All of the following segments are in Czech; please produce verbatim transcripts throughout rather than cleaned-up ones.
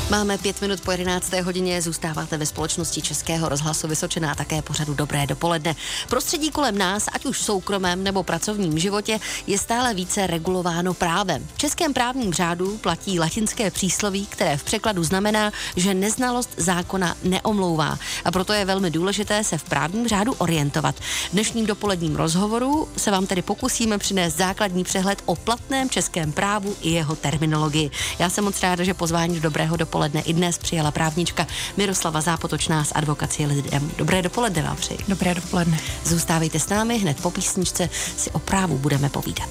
Máme pět minut po jedenácté hodině, zůstáváte ve společnosti Českého rozhlasu Vysočina a také pořadu Dobré dopoledne. Prostředí kolem nás, ať už v soukromém nebo pracovním životě, je stále více regulováno právem. V českém právním řádu platí latinské přísloví, které v překladu znamená, že neznalost zákona neomlouvá. A proto je velmi důležité se v právním řádu orientovat. V dnešním dopoledním rozhovoru se vám tedy pokusíme přinést základní přehled o platném českém právu i jeho terminologii. Já jsem moc ráda, že pozvání do Dobrého dopoledne i dnes přijala právnička Miroslava Zápotočná z Advokacie lidem. Dobré dopoledne vám přeji. Dobré dopoledne. Zůstávejte s námi, hned po písničce si o právu budeme povídat.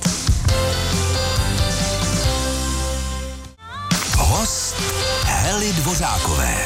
Host Hely Dvořákové.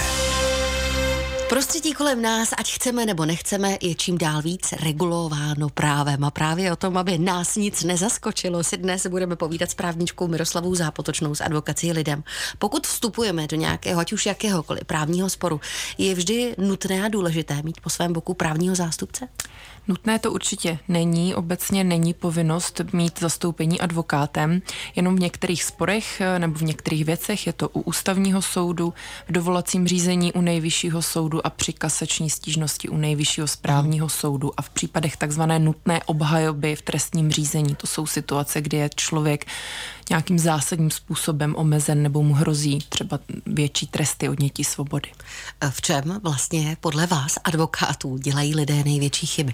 Prostředí kolem nás, ať chceme nebo nechceme, je čím dál víc regulováno právem. A právě o tom, aby nás nic nezaskočilo, si dnes budeme povídat s právničkou Miroslavou Zápotočnou z Advokacie lidem. Pokud vstupujeme do nějakého, ať už jakéhokoliv právního sporu, je vždy nutné a důležité mít po svém boku právního zástupce? Nutné to určitě není, obecně není povinnost mít zastoupení advokátem, jenom v některých sporech nebo v některých věcech je to u ústavního soudu, v dovolacím řízení u nejvyššího soudu a při kasační stížnosti u nejvyššího správního soudu a v případech takzvané nutné obhajoby v trestním řízení. To jsou situace, kdy je člověk nějakým zásadním způsobem omezen nebo mu hrozí třeba větší tresty odnětí svobody. V čem vlastně podle vás advokátů dělají lidé největší chyby?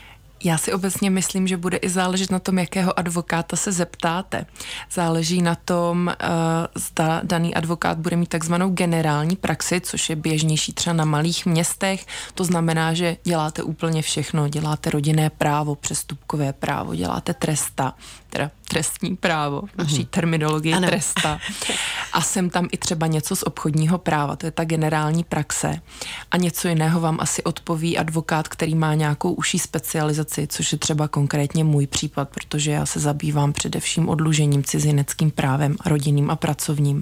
Já si obecně myslím, že bude i záležet na tom, jakého advokáta se zeptáte. Záleží na tom, uh, zda daný advokát bude mít takzvanou generální praxi, což je běžnější třeba na malých městech. To znamená, že děláte úplně všechno. Děláte rodinné právo, přestupkové právo, děláte tresta, teda trestní právo, v naší mm-hmm. terminologii ano. tresta. A sem tam i třeba něco z obchodního práva, to je ta generální praxe. A něco jiného vám asi odpoví advokát, který má nějakou užší specializaci, což je třeba konkrétně můj případ, protože já se zabývám především oddlužením, cizineckým právem, rodinným a pracovním.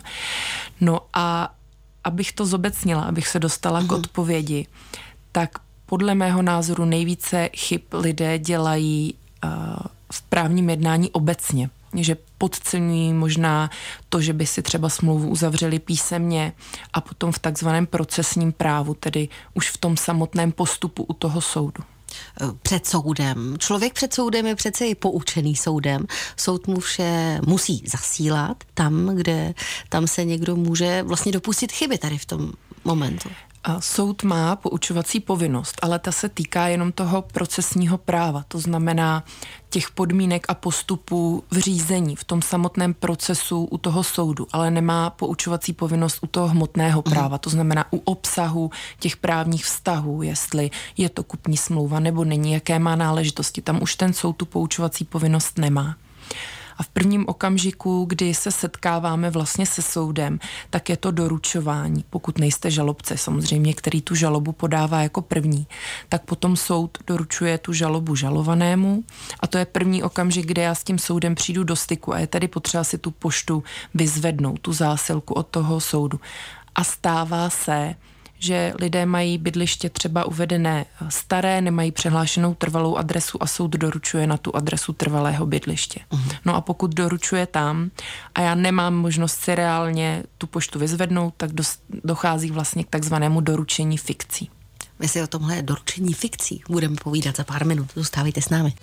No a abych to zobecnila, abych se dostala mm-hmm. k odpovědi, tak podle mého názoru nejvíce chyb lidé dělají uh, v právním jednání obecně, že podceňují možná to, že by si třeba smlouvu uzavřeli písemně a potom v takzvaném procesním právu, tedy už v tom samotném postupu u toho soudu. Před soudem. Člověk před soudem je přece i poučený soudem. Soud mu vše musí zasílat tam, kde tam se někdo může vlastně dopustit chyby tady v tom momentu. Soud má poučovací povinnost, ale ta se týká jenom toho procesního práva, to znamená těch podmínek a postupů v řízení, v tom samotném procesu u toho soudu, ale nemá poučovací povinnost u toho hmotného práva, to znamená u obsahu těch právních vztahů, jestli je to kupní smlouva nebo není, jaké má náležitosti, tam už ten soud tu poučovací povinnost nemá. A v prvním okamžiku, kdy se setkáváme vlastně se soudem, tak je to doručování. Pokud nejste žalobce, samozřejmě, který tu žalobu podává jako první, tak potom soud doručuje tu žalobu žalovanému a to je první okamžik, kde já s tím soudem přijdu do styku a je tady potřeba si tu poštu vyzvednout, tu zásilku od toho soudu. A stává se, že lidé mají bydliště třeba uvedené staré, nemají přihlášenou trvalou adresu a soud doručuje na tu adresu trvalého bydliště. Uh-huh. No a pokud doručuje tam a já nemám možnost si reálně tu poštu vyzvednout, tak dochází vlastně k takzvanému doručení fikcí. My si o tomhle doručení fikcí budeme povídat za pár minut. Zůstávejte s námi.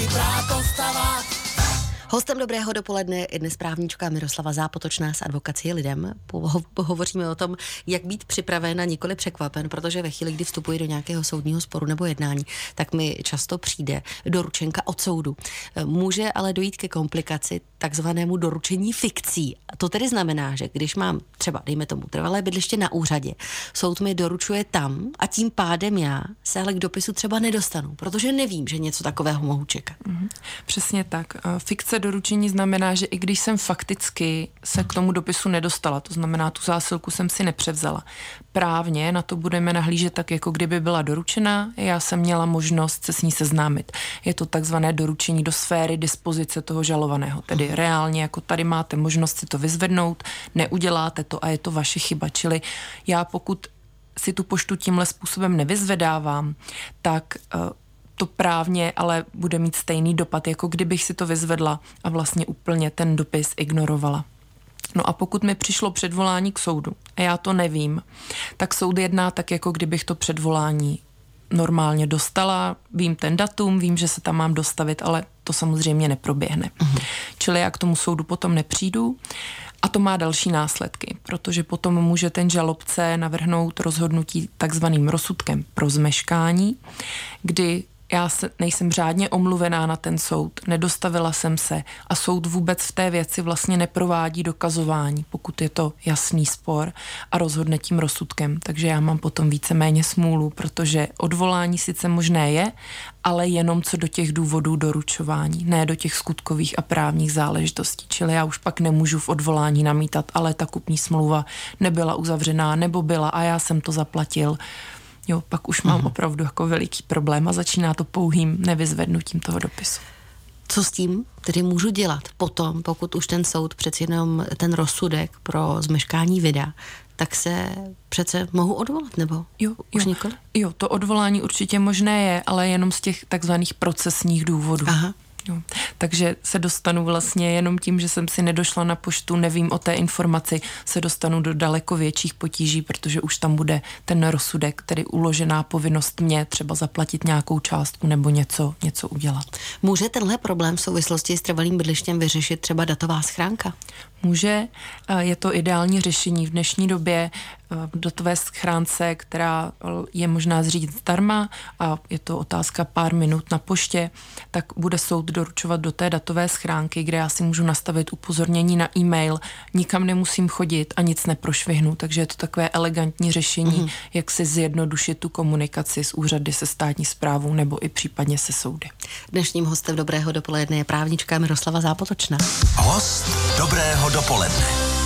Hostem Dobrého dopoledne je dnes právnička Miroslava Zápotočná z Advokacie lidem. Pohovoříme o tom, jak být připraven a nikoli překvapen, protože ve chvíli, kdy vstupuji do nějakého soudního sporu nebo jednání, tak mi často přijde doručenka od soudu. Může ale dojít ke komplikaci takzvanému doručení fikcí. To tedy znamená, že když mám třeba, dejme tomu, trvalé bydliště na úřadě, soud mi doručuje tam a tím pádem já se ale k dopisu třeba nedostanu, protože nevím, že něco takového mohu čekat. Mm-hmm. Přesně tak. Fikce doručení znamená, že i když jsem fakticky se k tomu dopisu nedostala, to znamená, tu zásilku jsem si nepřevzala, právně na to budeme nahlížet tak, jako kdyby byla doručená, já jsem měla možnost se s ní seznámit. Je to takzvané doručení do sféry dispozice toho žalovaného, tedy reálně, jako tady máte možnost si to vyzvednout, neuděláte to a je to vaše chyba. Čili já pokud si tu poštu tímhle způsobem nevyzvedávám, tak uh, to právně ale bude mít stejný dopad, jako kdybych si to vyzvedla a vlastně úplně ten dopis ignorovala. No a pokud mi přišlo předvolání k soudu, a já to nevím, tak soud jedná tak, jako kdybych to předvolání normálně dostala, vím ten datum, vím, že se tam mám dostavit, ale to samozřejmě neproběhne. Uh-huh. Čili já k tomu soudu potom nepřijdu a to má další následky, protože potom může ten žalobce navrhnout rozhodnutí takzvaným rozsudkem pro zmeškání, kdy já se, nejsem řádně omluvená na ten soud, nedostavila jsem se a soud vůbec v té věci vlastně neprovádí dokazování, pokud je to jasný spor a rozhodne tím rozsudkem. Takže já mám potom víceméně smůlu, protože odvolání sice možné je, ale jenom co do těch důvodů doručování, ne do těch skutkových a právních záležitostí. Čili já už pak nemůžu v odvolání namítat, ale ta kupní smlouva nebyla uzavřená nebo byla a já jsem to zaplatil. Jo, pak už mám uh-huh. opravdu jako veliký problém a začíná to pouhým nevyzvednutím toho dopisu. Co s tím tedy můžu dělat potom, pokud už ten soud přeci jenom ten rozsudek pro zmeškání vydá, tak se přece mohu odvolat, nebo jo, už jo. nikoli? Jo, to odvolání určitě možné je, ale jenom z těch takzvaných procesních důvodů. Aha. Jo. Takže se dostanu vlastně jenom tím, že jsem si nedošla na poštu, nevím o té informaci, se dostanu do daleko větších potíží, protože už tam bude ten rozsudek, tedy uložená povinnost mě třeba zaplatit nějakou částku nebo něco, něco udělat. Může tenhle problém v souvislosti s trvalým bydlištěm vyřešit třeba datová schránka? Může, je to ideální řešení v dnešní době v datové schránce, která je možná zřídit zdarma a je to otázka pár minut na poště, tak bude soud doručovat do té datové schránky, kde já si můžu nastavit upozornění na e-mail, nikam nemusím chodit a nic neprošvihnu, takže je to takové elegantní řešení, mm. jak si zjednodušit tu komunikaci s úřady, se státní správou nebo i případně se soudy. Dnešním hostem Dobrého dopoledne je právnička Miroslava Zápotočná. Host Dobrého dopoledne.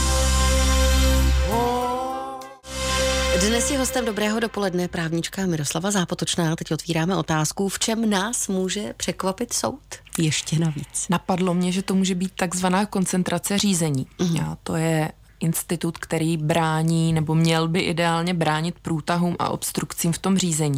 Dnes je hostem Dobrého dopoledne právnička Miroslava Zápotočná. Teď otvíráme otázku, v čem nás může překvapit soud? Ještě navíc. Napadlo mě, že to může být takzvaná koncentrace řízení. Mm. A to je institut, který brání nebo měl by ideálně bránit průtahům a obstrukcím v tom řízení.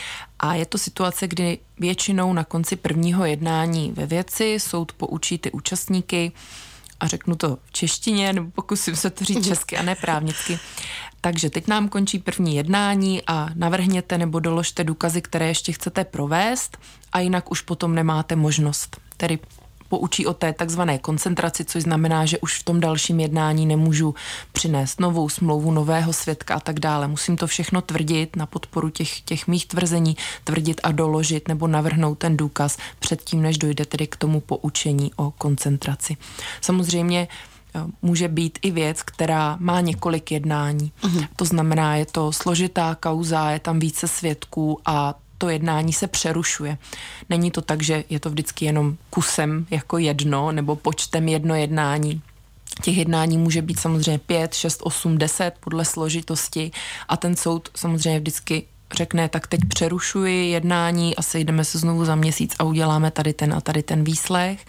A je to situace, kdy většinou na konci prvního jednání ve věci soud poučí ty účastníky, a řeknu to v češtině, nebo pokusím se to říct česky a ne právnicky. Takže teď nám končí první jednání a navrhněte nebo doložte důkazy, které ještě chcete provést a jinak už potom nemáte možnost. Tedy poučí o té takzvané koncentraci, což znamená, že už v tom dalším jednání nemůžu přinést novou smlouvu, nového svědka a tak dále. Musím to všechno tvrdit na podporu těch, těch mých tvrzení, tvrdit a doložit nebo navrhnout ten důkaz předtím, než dojde tedy k tomu poučení o koncentraci. Samozřejmě může být i věc, která má několik jednání. Uh-huh. To znamená, je to složitá kauza, je tam více svědků a to jednání se přerušuje. Není to tak, že je to vždycky jenom kusem jako jedno nebo počtem jedno jednání. Těch jednání může být samozřejmě pět, šest, osm, deset podle složitosti a ten soud samozřejmě vždycky řekne, tak teď přerušuji jednání a sejdeme se znovu za měsíc a uděláme tady ten a tady ten výslech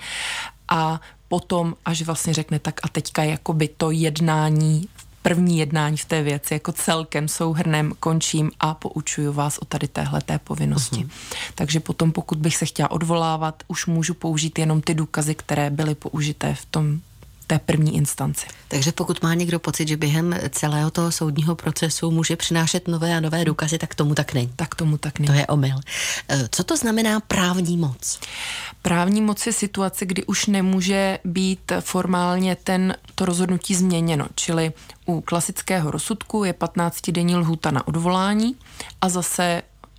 a potom, až vlastně řekne, tak a teďka jakoby to jednání, první jednání v té věci, jako celkem souhrnem končím a poučuju vás o tady téhleté povinnosti. Uh-huh. Takže potom, pokud bych se chtěla odvolávat, už můžu použít jenom ty důkazy, které byly použité v tom té první instanci. Takže pokud má někdo pocit, že během celého toho soudního procesu může přinášet nové a nové důkazy, tak tomu tak není. Tak tomu tak není. To je omyl. Co to znamená právní moc? Právní moc je situace, kdy už nemůže být formálně ten, to rozhodnutí změněno, čili u klasického rozsudku je patnáctidenní lhůta na odvolání a zase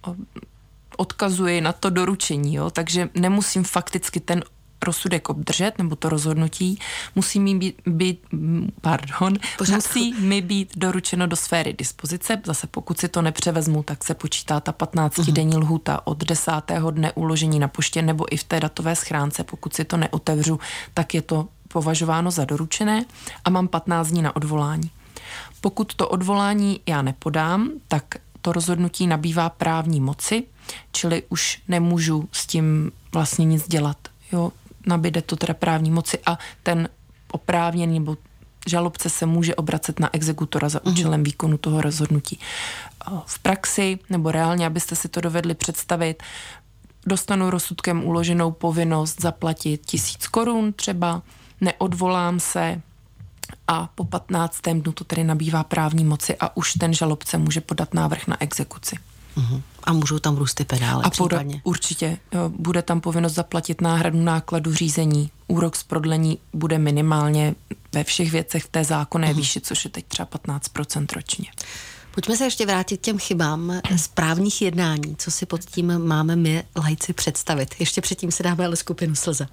odkazuji na to doručení, jo? Takže nemusím fakticky ten rozsudek obdržet, nebo to rozhodnutí, musí mi být, být pardon, musí mi být doručeno do sféry dispozice. Zase pokud si to nepřevezmu, tak se počítá ta patnáctidenní lhůta od desátého dne uložení na poště nebo i v té datové schránce. Pokud si to neotevřu, tak je to považováno za doručené a mám patnáct dní na odvolání. Pokud to odvolání já nepodám, tak to rozhodnutí nabývá právní moci, čili už nemůžu s tím vlastně nic dělat. Jo, nabyde to teda právní moci a ten oprávněný nebo žalobce se může obracet na exekutora za účelem uh-huh. výkonu toho rozhodnutí. V praxi nebo reálně, abyste si to dovedli představit, dostanu rozsudkem uloženou povinnost zaplatit tisíc korun třeba, neodvolám se, a po patnáctém dnu to tedy nabývá právní moci a už ten žalobce může podat návrh na exekuci. Uhum. A můžou tam růst ty penále a případně? Poda, určitě. Jo, bude tam povinnost zaplatit náhradu nákladu řízení. Úrok z prodlení bude minimálně ve všech věcech v té zákonné uhum. výši, což je teď třeba patnáct procent ročně. Pojďme se ještě vrátit k těm chybám správních jednání. Co si pod tím máme my laici představit? Ještě předtím se dáme ale skupinu Slza.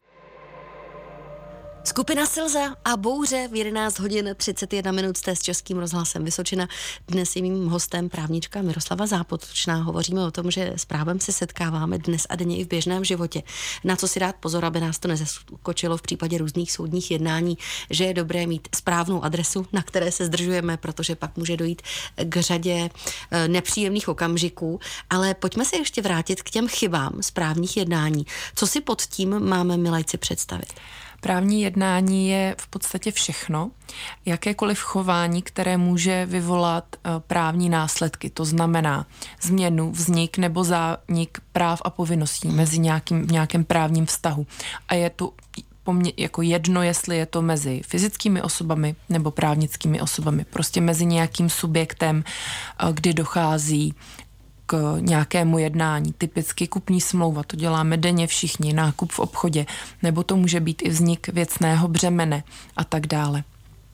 Skupina Slza a bouře v jedenáct hodin třicet jedna minut jste s Českým rozhlasem Vysočina. Dnes je mým hostem právnička Miroslava Zápotočná. Hovoříme o tom, že s právem se setkáváme dnes a denně i v běžném životě. Na co si dát pozor, aby nás to nezaskočilo v případě různých soudních jednání, že je dobré mít správnou adresu, na které se zdržujeme, protože pak může dojít k řadě nepříjemných okamžiků. Ale pojďme se ještě vrátit k těm chybám správních jednání. Co si pod tím máme my laici představit? Právní jednání je v podstatě všechno, jakékoliv chování, které může vyvolat právní následky, to znamená změnu, vznik nebo zánik práv a povinností mezi nějakým, v nějakém právním vztahu. A je to pomě- jako jedno, jestli je to mezi fyzickými osobami nebo právnickými osobami, prostě mezi nějakým subjektem, kdy dochází k nějakému jednání, typicky kupní smlouva, to děláme denně všichni, nákup v obchodě, nebo to může být i vznik věcného břemene a tak dále.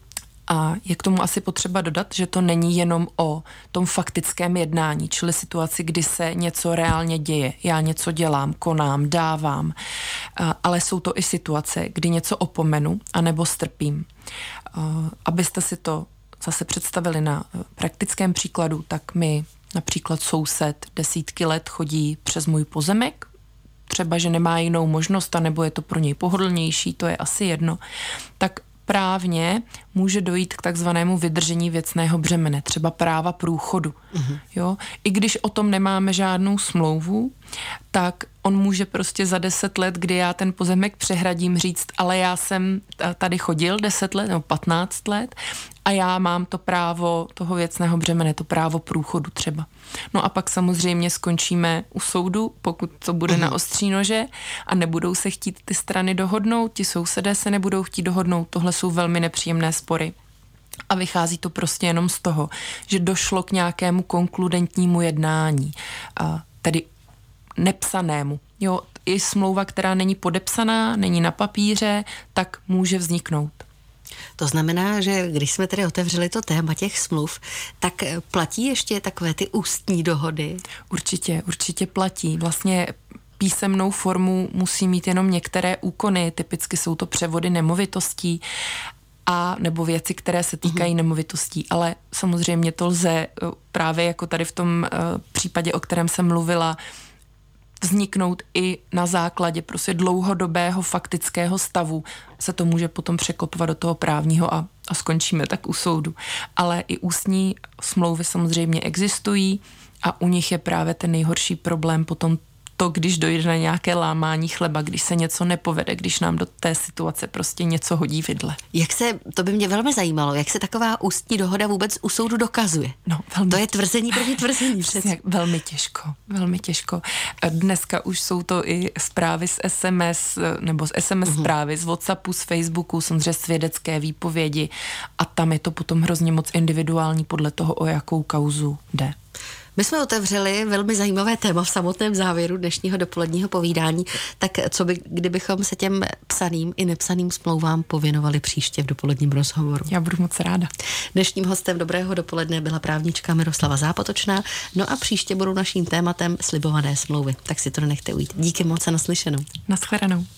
A je k tomu asi potřeba dodat, že to není jenom o tom faktickém jednání, čili situaci, kdy se něco reálně děje. Já něco dělám, konám, dávám, ale jsou to i situace, kdy něco opomenu anebo strpím. Abyste si to zase představili na praktickém příkladu, tak my například soused desítky let chodí přes můj pozemek, třeba, že nemá jinou možnost, anebo je to pro něj pohodlnější, to je asi jedno, tak právně může dojít k takzvanému vydržení věcného břemene, třeba práva průchodu. Mm-hmm. Jo? I když o tom nemáme žádnou smlouvu, tak on může prostě za deset let, kdy já ten pozemek přehradím, říct, ale já jsem tady chodil deset let nebo patnáct let a já mám to právo toho věcného břemene, to právo průchodu třeba. No a pak samozřejmě skončíme u soudu, pokud to bude mm. na ostří nože a nebudou se chtít ty strany dohodnout, ti sousedé se nebudou chtít dohodnout, tohle jsou velmi nepříjemné spory. A vychází to prostě jenom z toho, že došlo k nějakému konkludentnímu jednání, a tedy nepsanému. Jo, i smlouva, která není podepsaná, není na papíře, tak může vzniknout. To znamená, že když jsme tedy otevřeli to téma těch smluv, tak platí ještě takové ty ústní dohody? Určitě, určitě platí. Vlastně písemnou formu musí mít jenom některé úkony, typicky jsou to převody nemovitostí a nebo věci, které se týkají mm-hmm. nemovitostí, ale samozřejmě to lze právě jako tady v tom uh, případě, o kterém jsem mluvila, vzniknout i na základě prostě dlouhodobého faktického stavu. Se to může potom překlopovat do toho právního a, a skončíme tak u soudu. Ale i ústní smlouvy samozřejmě existují a u nich je právě ten nejhorší problém potom to, když dojde na nějaké lámání chleba, když se něco nepovede, když nám do té situace prostě něco hodí vidle. Jak se, to by mě velmi zajímalo, jak se taková ústní dohoda vůbec u soudu dokazuje? No, velmi, to je tvrzení proti tvrzení. Přesně, velmi těžko, velmi těžko. Dneska už jsou to i zprávy z es em es, nebo z es em es uhum. zprávy, z WhatsAppu, z Facebooku, samozřejmě svědecké výpovědi a tam je to potom hrozně moc individuální podle toho, o jakou kauzu jde. My jsme otevřeli velmi zajímavé téma v samotném závěru dnešního dopoledního povídání, tak co by, kdybychom se těm psaným i nepsaným smlouvám pověnovali příště v dopoledním rozhovoru? Já budu moc ráda. Dnešním hostem Dobrého dopoledne byla právnička Miroslava Zápotočná, no a příště budou naším tématem slibované smlouvy. Tak si to nenechte ujít. Díky moc a naslyšenou. Naschledanou.